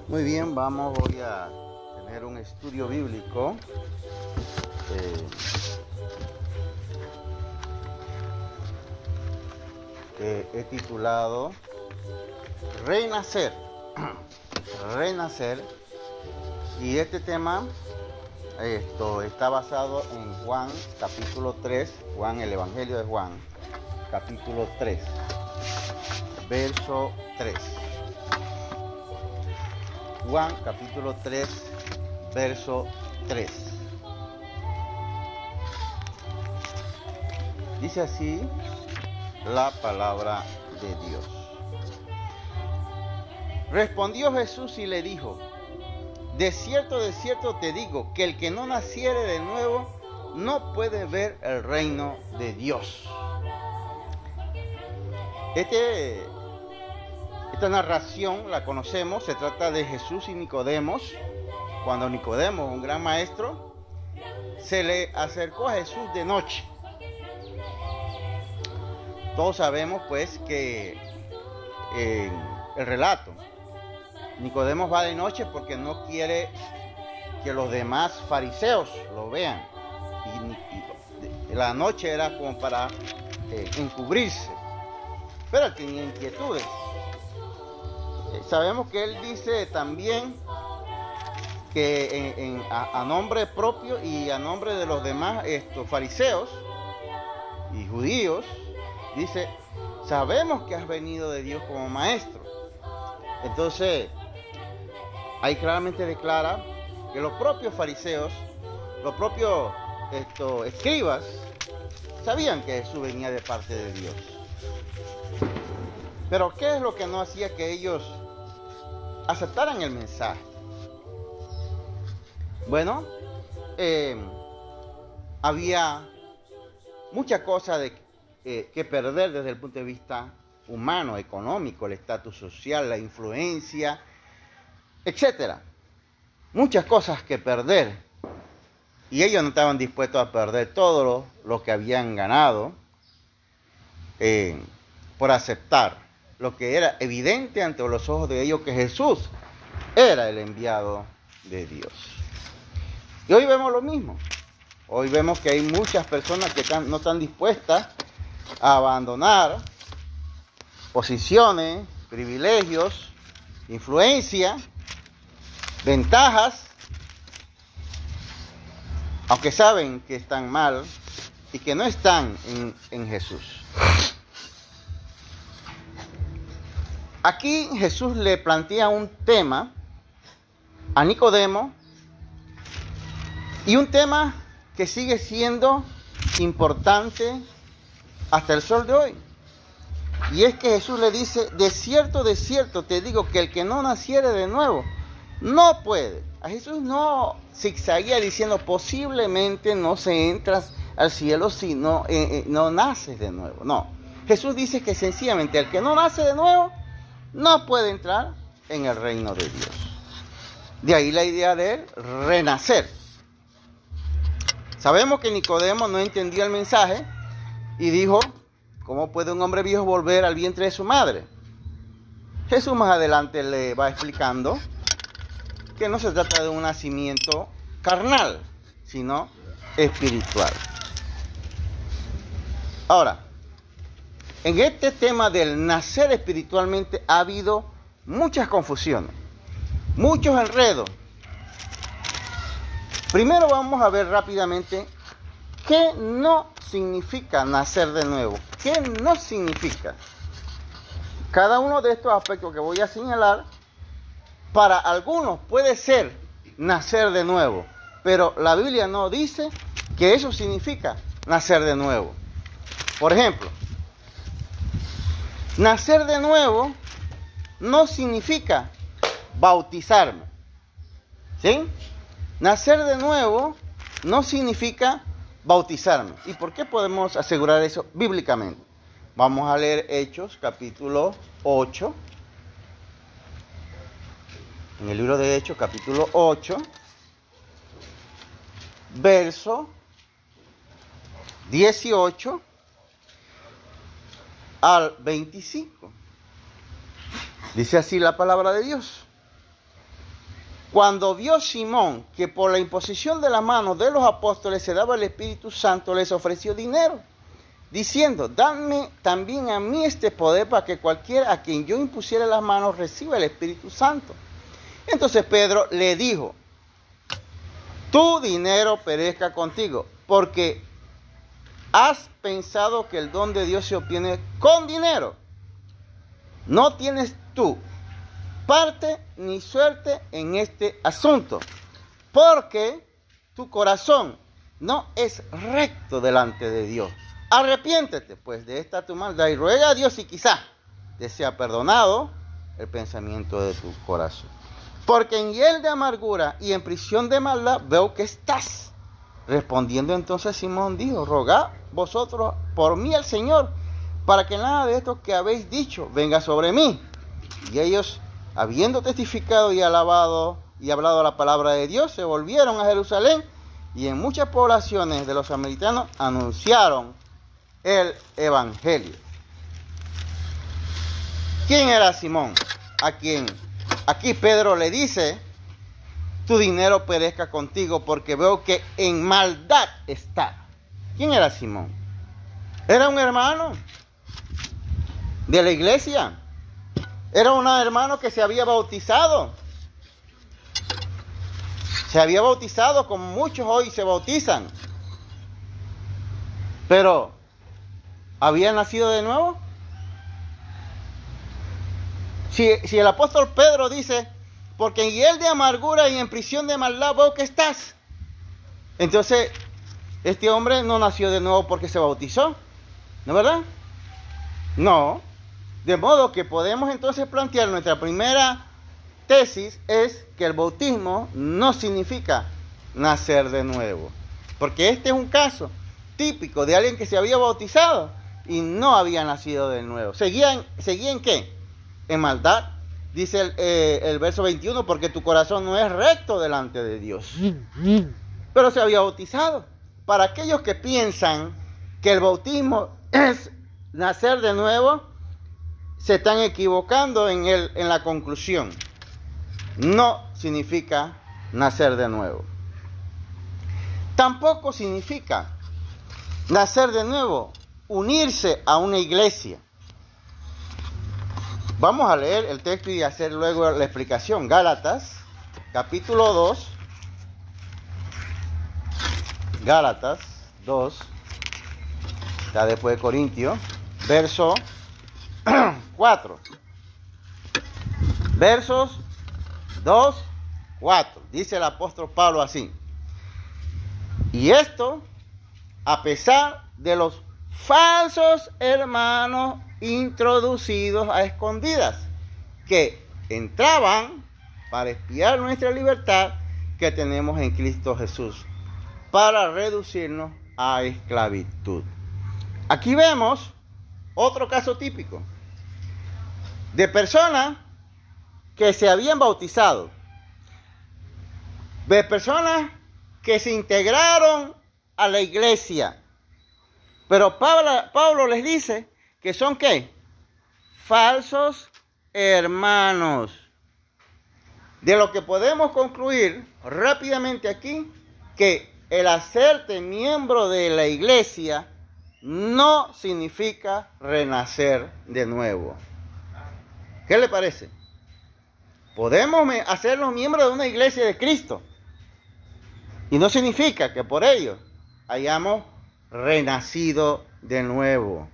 Muy bien, voy a tener un estudio bíblico que he titulado Renacer. Renacer. Y este tema está basado en Juan capítulo 3, el Evangelio de Juan, capítulo 3, verso 3. Juan capítulo 3, verso 3. Dice así la palabra de Dios. Respondió Jesús y le dijo: de cierto te digo, que el que no naciere de nuevo no puede ver el reino de Dios. Esta narración la conocemos, se trata de Jesús y Nicodemos. Cuando Nicodemos, un gran maestro, se le acercó a Jesús de noche. Todos sabemos pues que el relato, Nicodemos va de noche porque no quiere que los demás fariseos lo vean. Y la noche era como para encubrirse. Pero él tenía inquietudes. Sabemos que él dice también que a nombre propio y a nombre de los demás fariseos y judíos, dice: sabemos que has venido de Dios como maestro. Entonces, ahí claramente declara que los propios fariseos, los propios escribas, sabían que Jesús venía de parte de Dios. Pero ¿qué es lo que no hacía que ellos aceptaran el mensaje? Bueno, había muchas cosas que perder desde el punto de vista humano, económico, el estatus social, la influencia, etcétera. Muchas cosas que perder. Y ellos no estaban dispuestos a perder todo lo que habían ganado por aceptar lo que era evidente ante los ojos de ellos, que Jesús era el enviado de Dios. Y hoy vemos lo mismo. Hoy vemos que hay muchas personas que no están dispuestas a abandonar posiciones, privilegios, influencia, ventajas, aunque saben que están mal y que no están en Jesús. Aquí Jesús le plantea un tema a Nicodemo, y un tema que sigue siendo importante hasta el sol de hoy. Y es que Jesús le dice: de cierto te digo, que el que no naciere de nuevo no puede. A Jesús no zigzaguea diciendo posiblemente no se entras al cielo si no naces de nuevo. No, Jesús dice que sencillamente el que no nace de nuevo no puede entrar en el reino de Dios. De ahí la idea de renacer. Sabemos que Nicodemo no entendió el mensaje y dijo: ¿cómo puede un hombre viejo volver al vientre de su madre? Jesús más adelante le va explicando que no se trata de un nacimiento carnal, sino espiritual. Ahora, en este tema del nacer espiritualmente ha habido muchas confusiones, muchos enredos. Primero vamos a ver rápidamente qué no significa nacer de nuevo. ¿Qué no significa? Cada uno de estos aspectos que voy a señalar, para algunos puede ser nacer de nuevo, pero la Biblia no dice que eso significa nacer de nuevo. Por ejemplo, nacer de nuevo no significa bautizarme. ¿Sí? Nacer de nuevo no significa bautizarme. ¿Y por qué podemos asegurar eso bíblicamente? Vamos a leer Hechos capítulo 8. En el libro de Hechos capítulo 8, verso 18 al 25. Dice así la palabra de Dios: Cuando vio Simón que por la imposición de las manos de los apóstoles se daba el Espíritu Santo, les ofreció dinero, diciendo, dame también a mí este poder para que cualquiera a quien yo impusiera las manos reciba el Espíritu Santo. Entonces Pedro le dijo, tu dinero perezca contigo, porque has pensado que el don de Dios se obtiene con dinero. No tienes tú parte ni suerte en este asunto, porque tu corazón no es recto delante de Dios. Arrepiéntete pues de esta tu maldad y ruega a Dios y quizá te sea perdonado el pensamiento de tu corazón. Porque en hiel de amargura y en prisión de maldad veo que estás. Respondiendo entonces Simón dijo, rogad vosotros por mí al Señor, para que nada de esto que habéis dicho venga sobre mí. Y ellos, habiendo testificado y alabado y hablado la palabra de Dios, se volvieron a Jerusalén y en muchas poblaciones de los samaritanos anunciaron el evangelio. ¿Quién era Simón? A quien aquí Pedro le dice, tu dinero perezca contigo porque veo que en maldad está. ¿Quién era Simón? Era un hermano de la iglesia. Era un hermano que se había bautizado. Se había bautizado como muchos hoy se bautizan. Pero, ¿había nacido de nuevo? Si el apóstol Pedro dice, porque en hiel de amargura y en prisión de maldad veo que estás. Entonces, este hombre no nació de nuevo porque se bautizó, ¿no es verdad? No. De modo que podemos entonces plantear nuestra primera tesis es que el bautismo no significa nacer de nuevo. Porque este es un caso típico de alguien que se había bautizado y no había nacido de nuevo. ¿Seguía en qué? En maldad. Dice el verso 21, porque tu corazón no es recto delante de Dios. Pero se había bautizado. Para aquellos que piensan que el bautismo es nacer de nuevo, se están equivocando en la conclusión. No significa nacer de nuevo. Tampoco significa nacer de nuevo, unirse a una iglesia. Vamos a leer el texto y hacer luego la explicación. Gálatas, capítulo 2. Gálatas 2. Está después de Corintios. Verso 4. Versos 2, 4. Dice el apóstol Pablo así. Y esto, a pesar de los falsos hermanos introducidos a escondidas, que entraban para espiar nuestra libertad que tenemos en Cristo Jesús, para reducirnos a esclavitud. Aquí vemos otro caso típico de personas que se habían bautizado, de personas que se integraron a la iglesia, pero Pablo les dice que son ¿qué? Falsos hermanos. De lo que podemos concluir rápidamente aquí, que el hacerte miembro de la iglesia no significa renacer de nuevo. ¿Qué le parece? Podemos hacernos miembros de una iglesia de Cristo y no significa que por ello hayamos renacido de nuevo.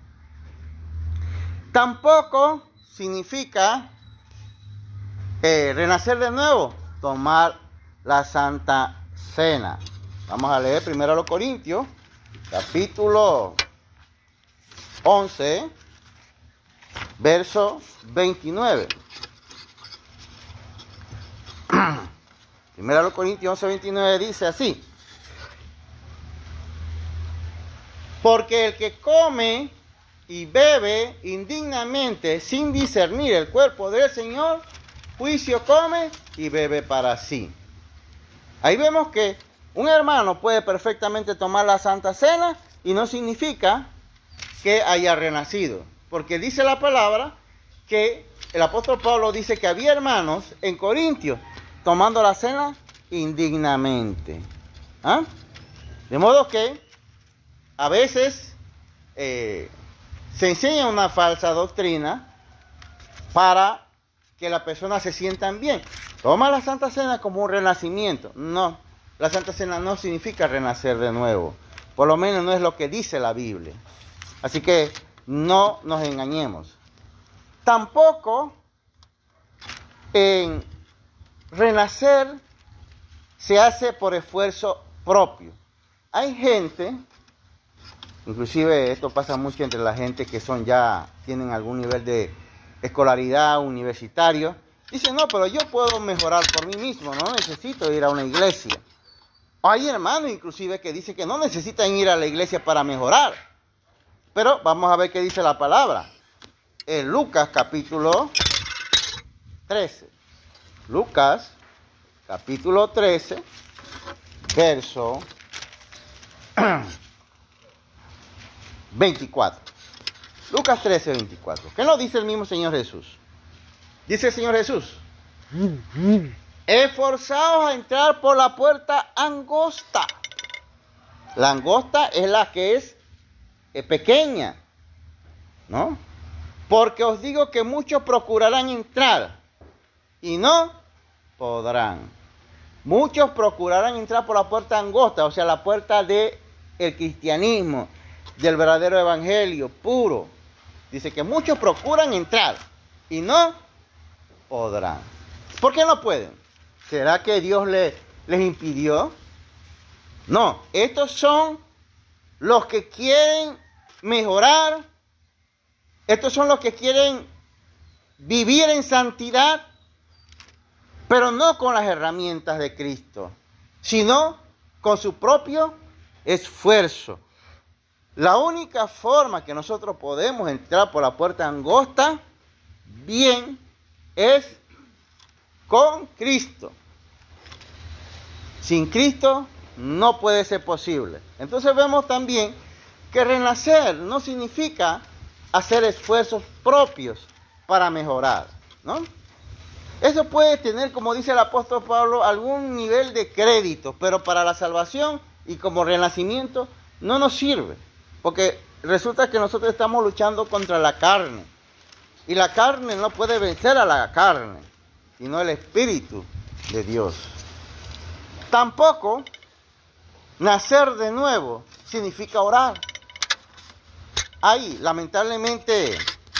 Tampoco significa renacer de nuevo, tomar la Santa Cena. Vamos a leer primero a los Corintios, capítulo 11, verso 29. Primero a los Corintios 11, 29 dice así. Porque el que come y bebe indignamente sin discernir el cuerpo del Señor, juicio come y bebe para sí. Ahí vemos que un hermano puede perfectamente tomar la Santa Cena y no significa que haya renacido. Porque dice la palabra que el apóstol Pablo dice que había hermanos en Corintios tomando la cena indignamente. ¿Ah? De modo que a veces se enseña una falsa doctrina para que las personas se sientan bien. Toma la Santa Cena como un renacimiento. No, la Santa Cena no significa renacer de nuevo. Por lo menos no es lo que dice la Biblia. Así que no nos engañemos. Tampoco en renacer se hace por esfuerzo propio. Hay gente, inclusive esto pasa mucho entre la gente que tienen algún nivel de escolaridad universitario, dicen, no, pero yo puedo mejorar por mí mismo, no necesito ir a una iglesia. Hay hermanos inclusive que dicen que no necesitan ir a la iglesia para mejorar. Pero vamos a ver qué dice la palabra. En Lucas capítulo 13. Lucas capítulo 13, verso 24. Lucas 13, 24. ¿Qué nos dice el mismo Señor Jesús? Dice el Señor Jesús: esforzaos a entrar por la puerta angosta. La angosta es la que es pequeña, ¿no? Porque os digo que muchos procurarán entrar y no podrán. Muchos procurarán entrar por la puerta angosta, o sea, la puerta del cristianismo, del verdadero evangelio puro. Dice que muchos procuran entrar y no podrán. ¿Por qué no pueden? ¿Será que Dios les impidió? No, estos son los que quieren mejorar. Estos son los que quieren vivir en santidad, pero no con las herramientas de Cristo, sino con su propio esfuerzo. La única forma que nosotros podemos entrar por la puerta angosta bien es con Cristo. Sin Cristo no puede ser posible. Entonces vemos también que renacer no significa hacer esfuerzos propios para mejorar, ¿no? Eso puede tener, como dice el apóstol Pablo, algún nivel de crédito, pero para la salvación y como renacimiento no nos sirve, porque resulta que nosotros estamos luchando contra la carne, y la carne no puede vencer a la carne, sino el Espíritu de Dios. Tampoco nacer de nuevo significa orar. Hay, lamentablemente,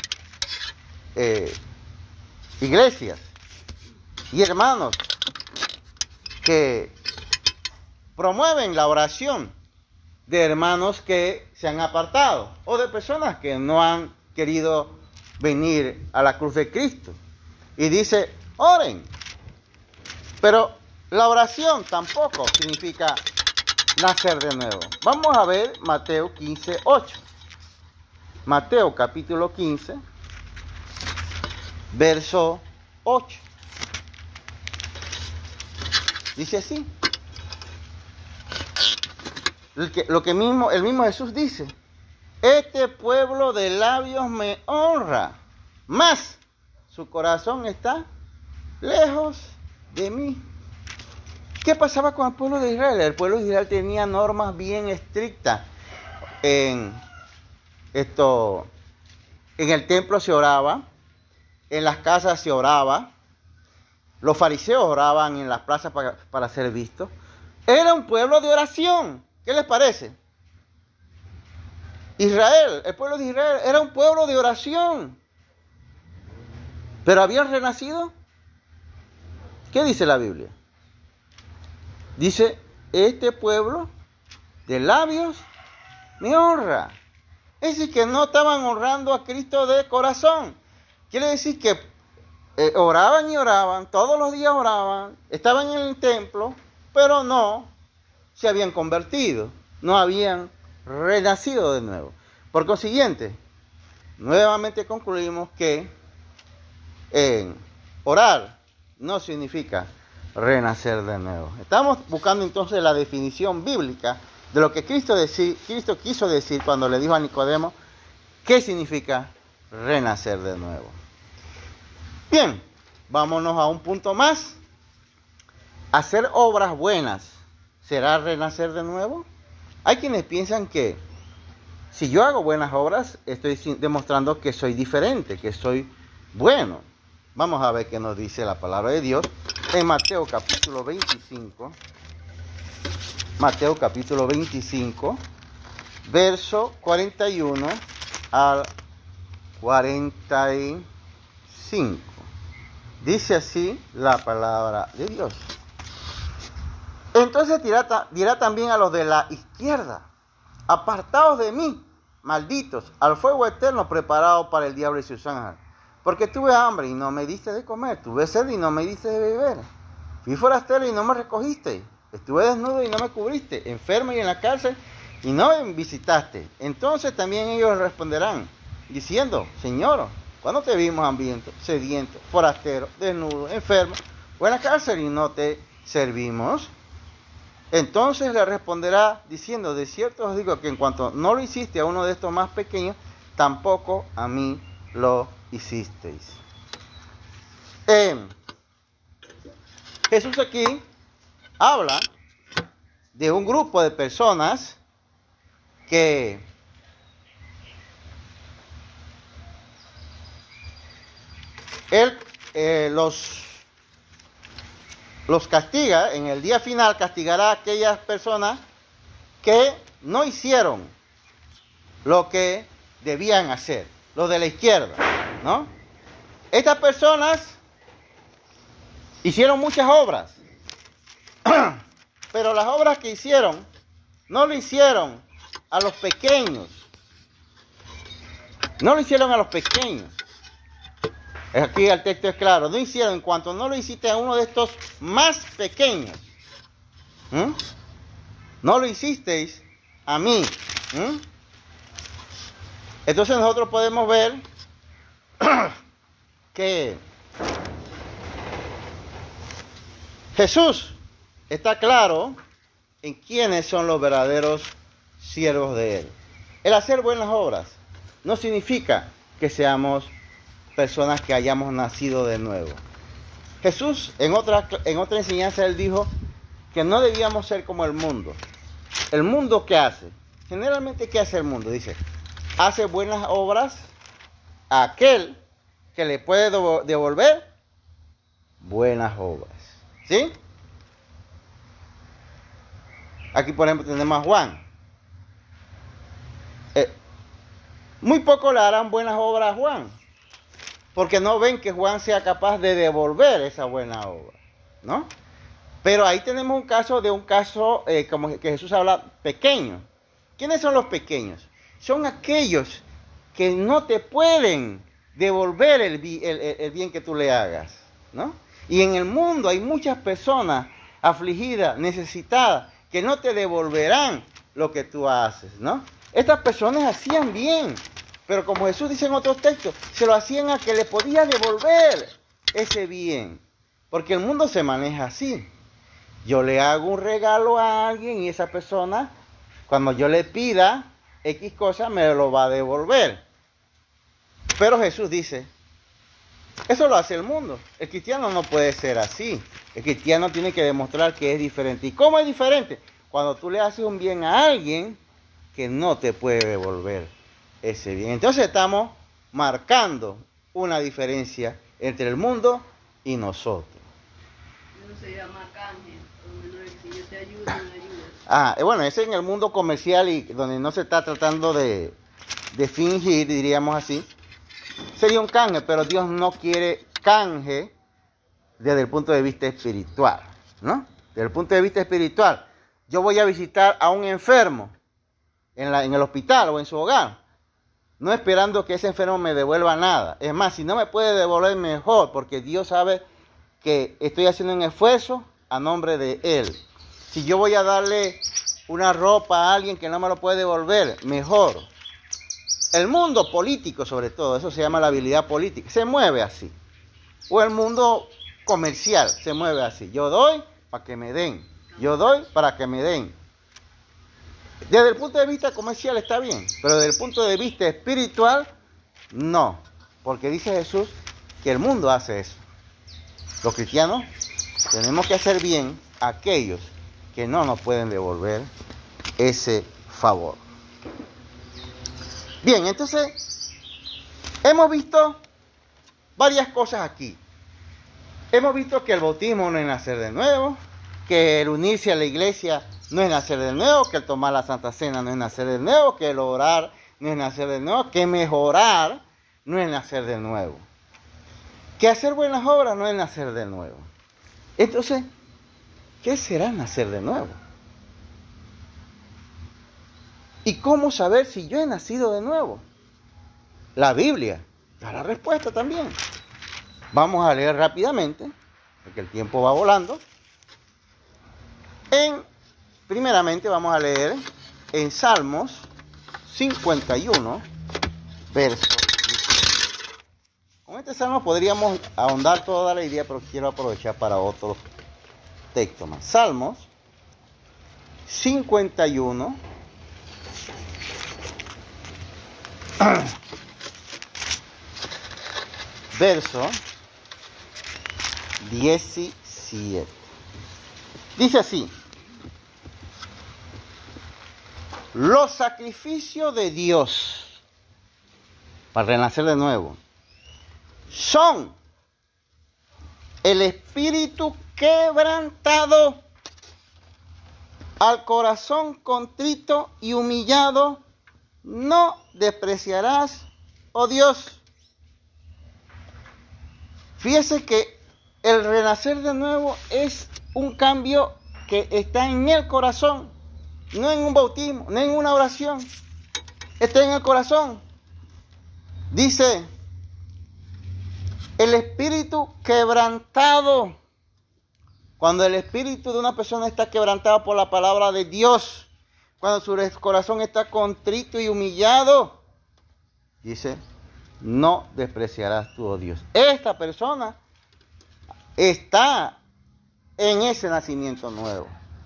iglesias y hermanos que promueven la oración de hermanos que se han apartado o de personas que no han querido venir a la cruz de Cristo. Y dice, oren. Pero la oración tampoco significa nacer de nuevo. Vamos a ver Mateo 15, 8. Mateo capítulo 15, verso 8. Dice así. El mismo Jesús dice: este pueblo de labios me honra, mas su corazón está lejos de mí. ¿Qué pasaba con el pueblo de Israel? El pueblo de Israel tenía normas bien estrictas. En el templo se oraba, en las casas se oraba, los fariseos oraban en las plazas para ser vistos. Era un pueblo de oración. ¿Qué les parece? Israel, el pueblo de Israel era un pueblo de oración. ¿Pero habían renacido? ¿Qué dice la Biblia? Dice, este pueblo de labios me honra. Es decir, que no estaban honrando a Cristo de corazón. Quiere decir que oraban y oraban, todos los días oraban, estaban en el templo, pero no se habían convertido, no habían renacido de nuevo. Por consiguiente, nuevamente concluimos que orar no significa renacer de nuevo. Estamos buscando entonces la definición bíblica de lo que Cristo quiso decir cuando le dijo a Nicodemo qué significa renacer de nuevo. Bien, vámonos a un punto más. hacer obras buenas, ¿será renacer de nuevo? Hay quienes piensan que si yo hago buenas obras, estoy demostrando que soy diferente, que soy bueno. Vamos a ver qué nos dice la palabra de Dios en Mateo capítulo 25. Mateo capítulo 25, verso 41 al 45. Dice así la palabra de Dios. Entonces dirá también a los de la izquierda: apartaos de mí, malditos, al fuego eterno preparado para el diablo y sus ángeles. Porque tuve hambre y no me diste de comer, tuve sed y no me diste de beber, fui forastero y no me recogiste, estuve desnudo y no me cubriste, enfermo y en la cárcel y no me visitaste. Entonces también ellos responderán, diciendo: Señor, ¿cuándo te vimos hambriento, sediento, forastero, desnudo, enfermo o en la cárcel y no te servimos? Entonces le responderá diciendo: de cierto os digo que en cuanto no lo hiciste a uno de estos más pequeños, tampoco a mí lo hicisteis. Jesús aquí habla de un grupo de personas que Él los castiga. En el día final castigará a aquellas personas que no hicieron lo que debían hacer, los de la izquierda, ¿no? Estas personas hicieron muchas obras, pero las obras que hicieron no lo hicieron a los pequeños, no lo hicieron a los pequeños. Aquí el texto es claro: no hicieron, en cuanto no lo hiciste a uno de estos más pequeños, no lo hicisteis a mí. Entonces nosotros podemos ver que Jesús está claro en quiénes son los verdaderos siervos de Él. El hacer buenas obras no significa que seamos personas que hayamos nacido de nuevo. Jesús, en otra enseñanza, Él dijo que no debíamos ser como el mundo. ¿El mundo qué hace? Generalmente, ¿qué hace el mundo? Dice: hace buenas obras a aquel que le puede devolver buenas obras. ¿Sí? Aquí, por ejemplo, tenemos a Juan. Muy poco le harán buenas obras a Juan, porque no ven que Juan sea capaz de devolver esa buena obra, ¿no? Pero ahí tenemos un caso, como que Jesús habla, pequeño. ¿Quiénes son los pequeños? Son aquellos que no te pueden devolver el bien que tú le hagas, ¿no? Y en el mundo hay muchas personas afligidas, necesitadas, que no te devolverán lo que tú haces, ¿no? Estas personas hacían bien, pero como Jesús dice en otros textos, se lo hacían a que le podía devolver ese bien. Porque el mundo se maneja así. Yo le hago un regalo a alguien y esa persona, cuando yo le pida X cosa, me lo va a devolver. Pero Jesús dice, eso lo hace el mundo. El cristiano no puede ser así. El cristiano tiene que demostrar que es diferente. ¿Y cómo es diferente? Cuando tú le haces un bien a alguien que no te puede devolver ese bien. Entonces estamos marcando una diferencia entre el mundo y nosotros. Eso se llama canje. Si yo te ayudo, me ayudas. Bueno, ese en el mundo comercial y donde no se está tratando de fingir, diríamos así, sería un canje, pero Dios no quiere canje desde el punto de vista espiritual, ¿no? Desde el punto de vista espiritual, yo voy a visitar a un enfermo en el hospital o en su hogar, no esperando que ese enfermo me devuelva nada. Es más, si no me puede devolver, mejor, porque Dios sabe que estoy haciendo un esfuerzo a nombre de Él. Si yo voy a darle una ropa a alguien que no me lo puede devolver, mejor. El mundo político, sobre todo, eso se llama la habilidad política, se mueve así. O el mundo comercial se mueve así. Yo doy para que me den. Yo doy para que me den. Desde el punto de vista comercial está bien, pero desde el punto de vista espiritual, no. Porque dice Jesús que el mundo hace eso. Los cristianos tenemos que hacer bien aquellos que no nos pueden devolver ese favor. Bien, entonces hemos visto varias cosas aquí. Hemos visto que el bautismo no es nacer de nuevo, que el unirse a la iglesia no es nacer de nuevo, que el tomar la Santa Cena no es nacer de nuevo, que el orar no es nacer de nuevo, que mejorar no es nacer de nuevo, que hacer buenas obras no es nacer de nuevo. Entonces, ¿qué será nacer de nuevo? ¿Y cómo saber si yo he nacido de nuevo? La Biblia da la respuesta también. Vamos a leer rápidamente, porque el tiempo va volando. Primeramente vamos a leer en Salmos 51, verso 10. Con este salmo podríamos ahondar toda la idea, pero quiero aprovechar para otro texto más. Salmos 51, verso 17. Dice así: los sacrificios de Dios para renacer de nuevo son el espíritu quebrantado, al corazón contrito y humillado no despreciarás, oh Dios. Fíjese que el renacer de nuevo es un cambio que está en el corazón, no en un bautismo, no en una oración, está en el corazón. Dice, el espíritu quebrantado. Cuando el espíritu de una persona está quebrantado por la palabra de Dios, cuando su corazón está contrito y humillado, dice, no despreciarás tú, oh Dios. Esta persona está en ese nacimiento nuevo.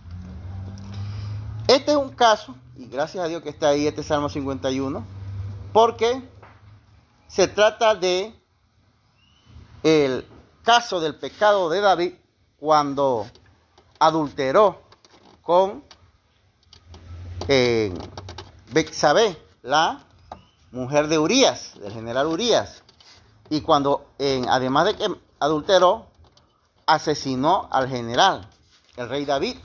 Este es un caso, y gracias a Dios que está ahí este Salmo 51, porque se trata de el caso del pecado de David cuando adulteró con Betsabé, la mujer de Urías, del general Urías, y cuando además de que adulteró, asesinó al general, el rey David.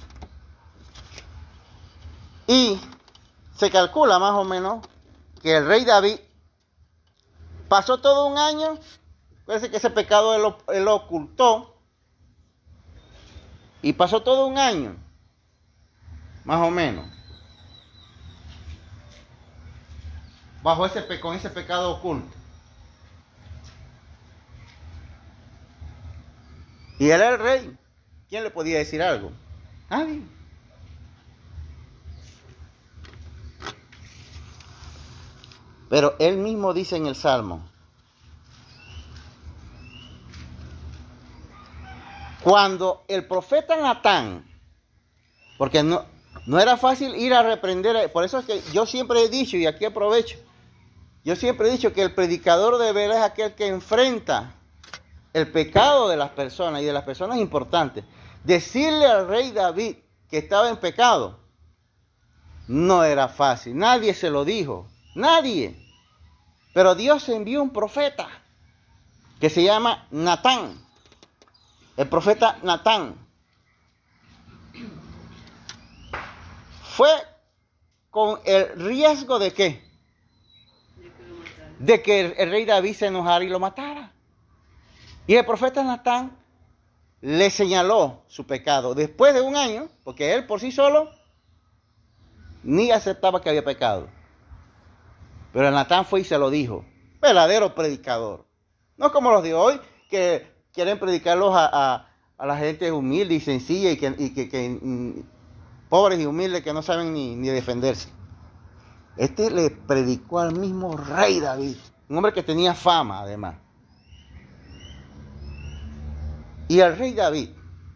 Y se calcula más o menos que el rey David pasó todo un año, parece que ese pecado él lo ocultó, y pasó todo un año, más o menos, con ese pecado oculto. Y él era el rey. ¿Quién le podía decir algo? Nadie. Pero él mismo dice en el Salmo, cuando el profeta Natán, porque no era fácil ir a reprender, por eso es que yo siempre he dicho, y aquí aprovecho, yo siempre he dicho que el predicador de verdad es aquel que enfrenta el pecado de las personas y de las personas importantes. Decirle al rey David que estaba en pecado no era fácil, nadie se lo dijo, nadie. Pero Dios envió un profeta que se llama Natán, el profeta Natán. Fue con el riesgo de ¿qué? De que el rey David se enojara y lo matara. Y el profeta Natán le señaló su pecado después de un año, porque él por sí solo ni aceptaba que había pecado. Pero Natán fue y se lo dijo. Verdadero predicador. No como los de hoy, que quieren predicarlos a la gente humilde y sencilla y que pobres y humildes que no saben ni defenderse. Este le predicó al mismo rey David, un hombre que tenía fama además. Y el rey David,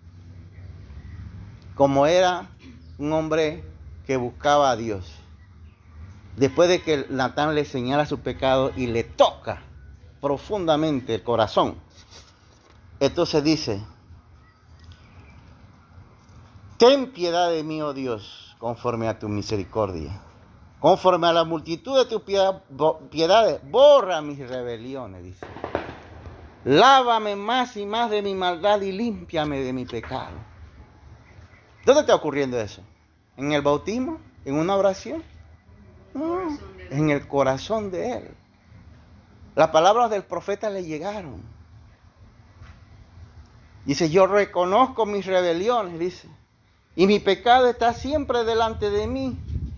como era un hombre que buscaba a Dios, después de que Natán le señala su pecado y le toca profundamente el corazón, entonces dice, Ten piedad de mí, oh Dios, conforme a tu misericordia. Conforme a la multitud de tus piedades, borra mis rebeliones, dice. Lávame más y más de mi maldad y límpiame de mi pecado. ¿Dónde está ocurriendo eso? ¿En el bautismo? ¿En una oración? No, en el corazón de él. Las palabras del profeta le llegaron. Dice, yo reconozco mis rebeliones, dice, y mi pecado está siempre delante de mí.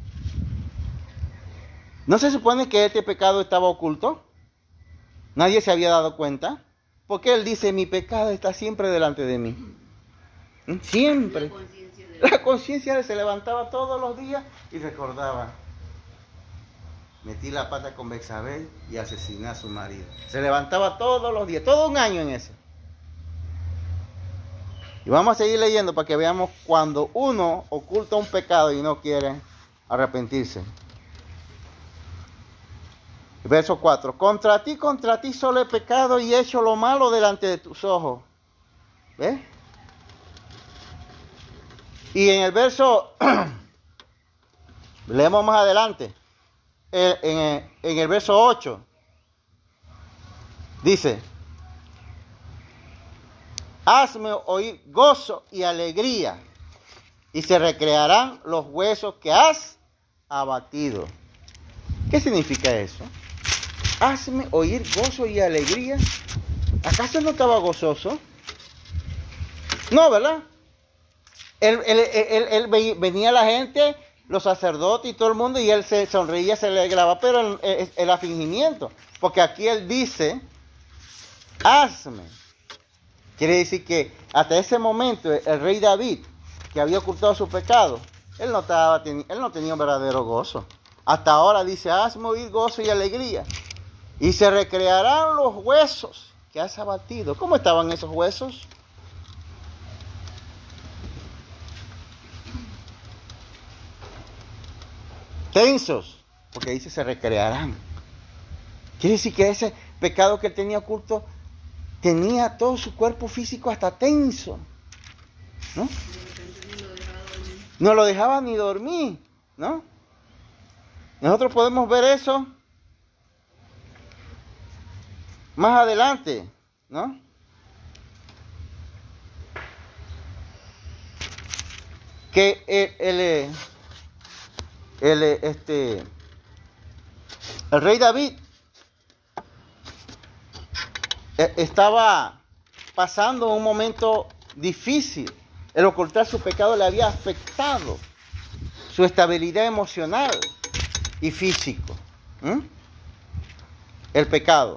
¿No se supone que este pecado estaba oculto? Nadie se había dado cuenta. Porque él dice, mi pecado está siempre delante de mí. Siempre. La conciencia se levantaba todos los días y recordaba. Metí la pata con Betsabé y asesiné a su marido. Se levantaba todos los días, todo un año en eso. Y vamos a seguir leyendo para que veamos cuando uno oculta un pecado y no quiere arrepentirse. Verso 4. Contra ti solo he pecado y he hecho lo malo delante de tus ojos. ¿Ves? Y en el verso, leemos más adelante, en el verso 8, dice, hazme oír gozo y alegría, y se recrearán los huesos que has abatido. ¿Qué significa eso? Hazme oír gozo y alegría. ¿Acaso no estaba gozoso? No, ¿verdad? Él venía la gente, los sacerdotes y todo el mundo, y él se sonreía, se alegraba, pero era fingimiento. Porque aquí él dice, hazme. Quiere decir que hasta ese momento el rey David, que había ocultado su pecado, él no tenía un verdadero gozo. Hasta ahora dice, hazme oír gozo y alegría. Y se recrearán los huesos que has abatido. ¿Cómo estaban esos huesos? Tensos, porque dice se recrearán. Quiere decir que ese pecado que él tenía oculto tenía todo su cuerpo físico hasta tenso, ¿no? No lo dejaba ni dormir, ¿no? Nosotros podemos ver eso más adelante, ¿no? Que el rey David estaba pasando un momento difícil. El ocultar su pecado le había afectado su estabilidad emocional y físico. El pecado.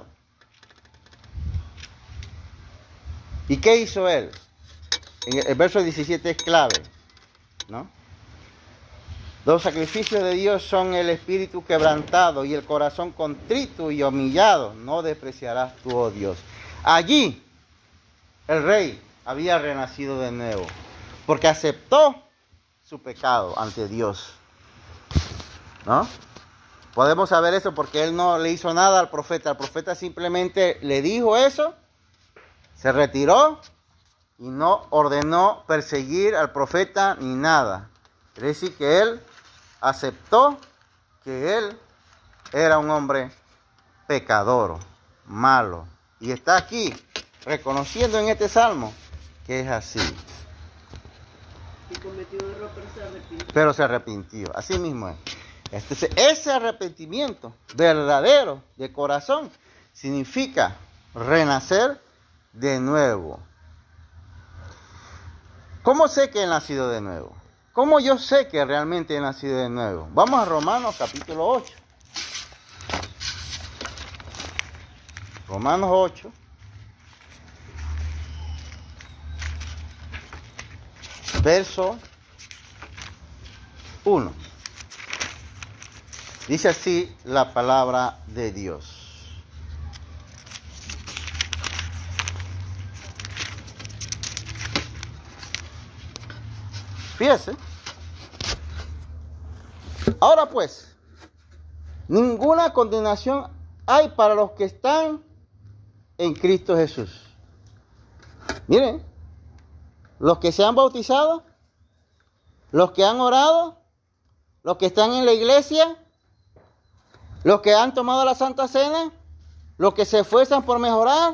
¿Y qué hizo él? El verso 17 es clave, ¿no? Los sacrificios de Dios son el espíritu quebrantado y el corazón contrito y humillado. No despreciarás tú, oh Dios. Allí el rey había renacido de nuevo, porque aceptó su pecado ante Dios, ¿no? Podemos saber eso porque él no le hizo nada al profeta. El profeta simplemente le dijo eso, se retiró y no ordenó perseguir al profeta ni nada. Quiere decir que él aceptó que él era un hombre pecador, malo. Y está aquí reconociendo en este salmo que es así. Y cometió un error, pero se arrepintió. Así mismo es. Ese arrepentimiento verdadero de corazón significa renacer de nuevo. ¿Cómo sé que he nacido de nuevo? ¿Cómo yo sé que realmente he nacido de nuevo? Vamos a Romanos capítulo 8. Romanos 8. Verso 1. Dice así la palabra de Dios. Fíjese. Ahora pues, ninguna condenación hay para los que están en Cristo Jesús. Miren, los que se han bautizado Los que han orado, los que están en la iglesia, los que han tomado la Santa Cena, los que se esfuerzan por mejorar.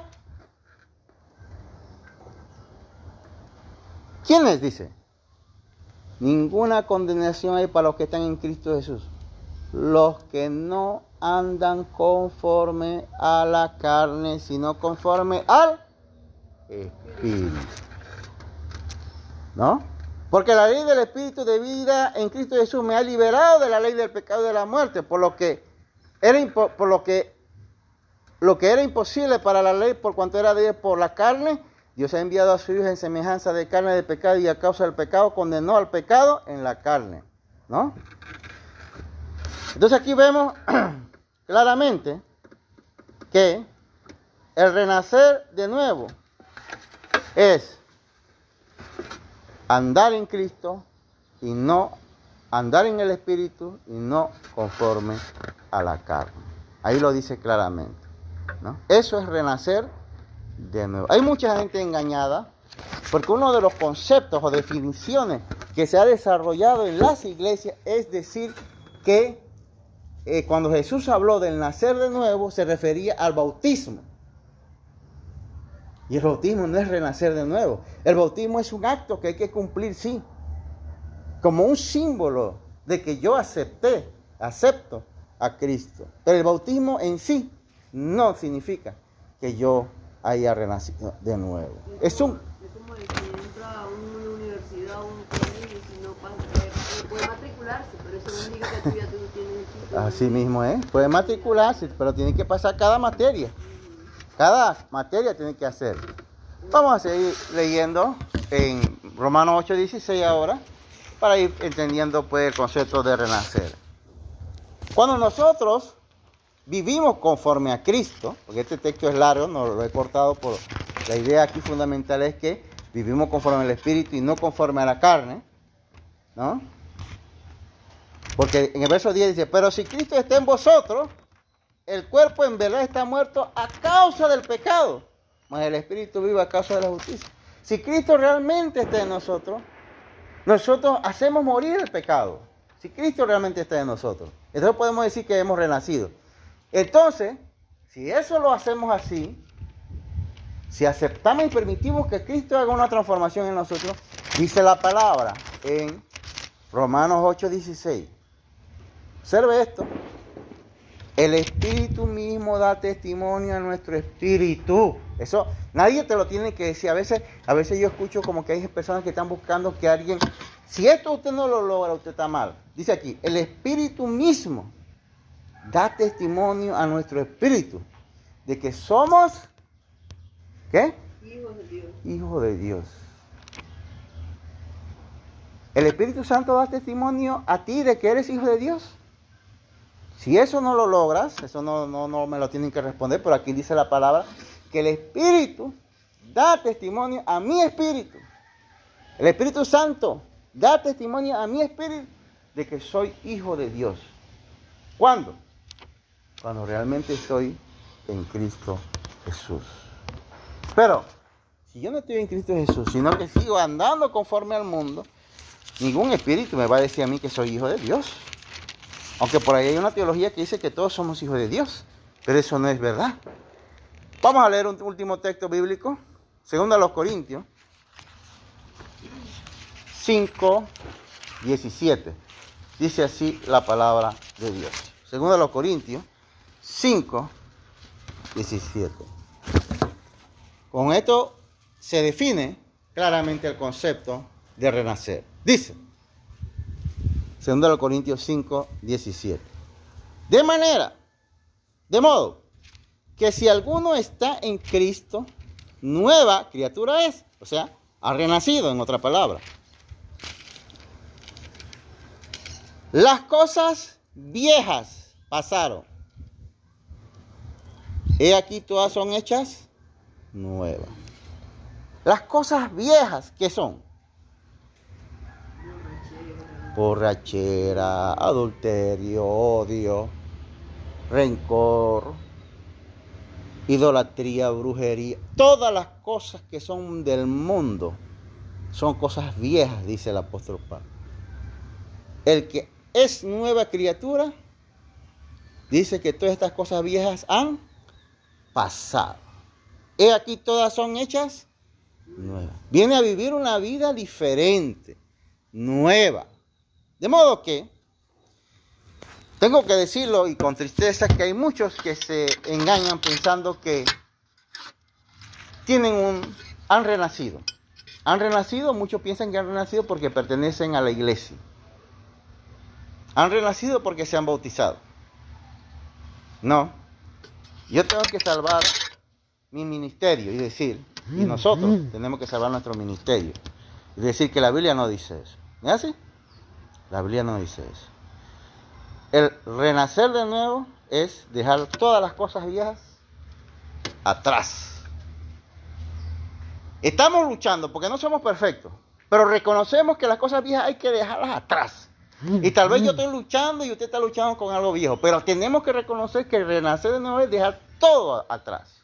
¿Quién les dice? Ninguna condenación hay para los que están en Cristo Jesús. Los que no andan conforme a la carne, sino conforme al Espíritu. ¿No? Porque la ley del Espíritu de vida en Cristo Jesús me ha liberado de la ley del pecado y de la muerte, por lo que era imposible para la ley por cuanto era de Dios por la carne. Dios ha enviado a su Hijo en semejanza de carne de pecado y a causa del pecado condenó al pecado en la carne, ¿no? Entonces aquí vemos claramente que el renacer de nuevo es andar en Cristo y no andar en el Espíritu y no conforme a la carne. Ahí lo dice claramente, ¿no? Eso es renacer de nuevo. Hay mucha gente engañada porque uno de los conceptos o definiciones que se ha desarrollado en las iglesias es decir que cuando Jesús habló del nacer de nuevo se refería al bautismo. Y el bautismo no es renacer de nuevo. El bautismo es un acto que hay que cumplir, sí, como un símbolo de que yo acepto a Cristo. Pero el bautismo en sí no significa que yo haya renacido de nuevo. Es como el que entra a una universidad o un colegio y si no pasa, puede matricularse, pero eso no significa que tú ya tú tienes el título. Así mismo es, puede matricularse, pero tiene que pasar cada materia. Cada materia tiene que hacer. Vamos a seguir leyendo en Romanos 8:16 ahora, para ir entendiendo pues el concepto de renacer. Cuando nosotros vivimos conforme a Cristo, porque este texto es largo, no lo he cortado, por la idea aquí fundamental es que vivimos conforme al Espíritu y no conforme a la carne, ¿no? Porque en el verso 10 dice, pero si Cristo está en vosotros, el cuerpo en verdad está muerto a causa del pecado, mas el Espíritu vive a causa de la justicia. Si Cristo realmente está en nosotros, nosotros hacemos morir el pecado. Si Cristo realmente está en nosotros, entonces podemos decir que hemos renacido. Entonces, si eso lo hacemos así, si aceptamos y permitimos que Cristo haga una transformación en nosotros, dice la palabra en Romanos 8:16. Observe esto. El Espíritu mismo da testimonio a nuestro espíritu. Eso nadie te lo tiene que decir. A veces yo escucho como que hay personas que están buscando que alguien, si esto usted no lo logra, usted está mal. Dice aquí, el Espíritu mismo da testimonio a nuestro espíritu de que somos, ¿qué? Hijos de Dios. Hijos de Dios. El Espíritu Santo da testimonio a ti de que eres hijo de Dios. Si eso no lo logras, eso no me lo tienen que responder, pero aquí dice la palabra que el Espíritu da testimonio a mi espíritu. El Espíritu Santo da testimonio a mi espíritu de que soy hijo de Dios. ¿Cuándo? Cuando realmente estoy en Cristo Jesús. Pero, si yo no estoy en Cristo Jesús, sino que sigo andando conforme al mundo, ningún espíritu me va a decir a mí que soy hijo de Dios. Aunque por ahí hay una teología que dice que todos somos hijos de Dios, pero eso no es verdad. Vamos a leer un último texto bíblico, 2 Corintios 5:17. Dice así la palabra de Dios. 2 Corintios 5:17. Con esto se define claramente el concepto de renacer. Dice, 2 Corintios 5:17. De modo, que si alguno está en Cristo, nueva criatura es. O sea, ha renacido, en otra palabra. Las cosas viejas pasaron. He aquí todas son hechas nuevas. Las cosas viejas, ¿qué son? Borrachera, adulterio, odio, rencor, idolatría, brujería. Todas las cosas que son del mundo son cosas viejas, dice el apóstol Pablo. El que es nueva criatura, dice que todas estas cosas viejas han pasado. He aquí todas son hechas nuevas. Viene a vivir una vida diferente, nueva. De modo que, tengo que decirlo y con tristeza, que hay muchos que se engañan pensando que han renacido. Han renacido, muchos piensan que han renacido porque pertenecen a la iglesia. Han renacido porque se han bautizado. No. Yo tengo que salvar mi ministerio y decir, y nosotros tenemos que salvar nuestro ministerio. Y decir que la Biblia no dice eso. ¿Es así? La Biblia no dice eso. El renacer de nuevo es dejar todas las cosas viejas atrás. Estamos luchando porque no somos perfectos, pero reconocemos que las cosas viejas hay que dejarlas atrás. Y tal vez yo estoy luchando y usted está luchando con algo viejo, pero tenemos que reconocer que el renacer de nuevo es dejar todo atrás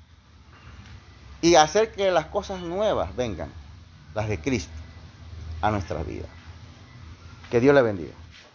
y hacer que las cosas nuevas vengan, las de Cristo, a nuestras vidas. Que Dios le bendiga.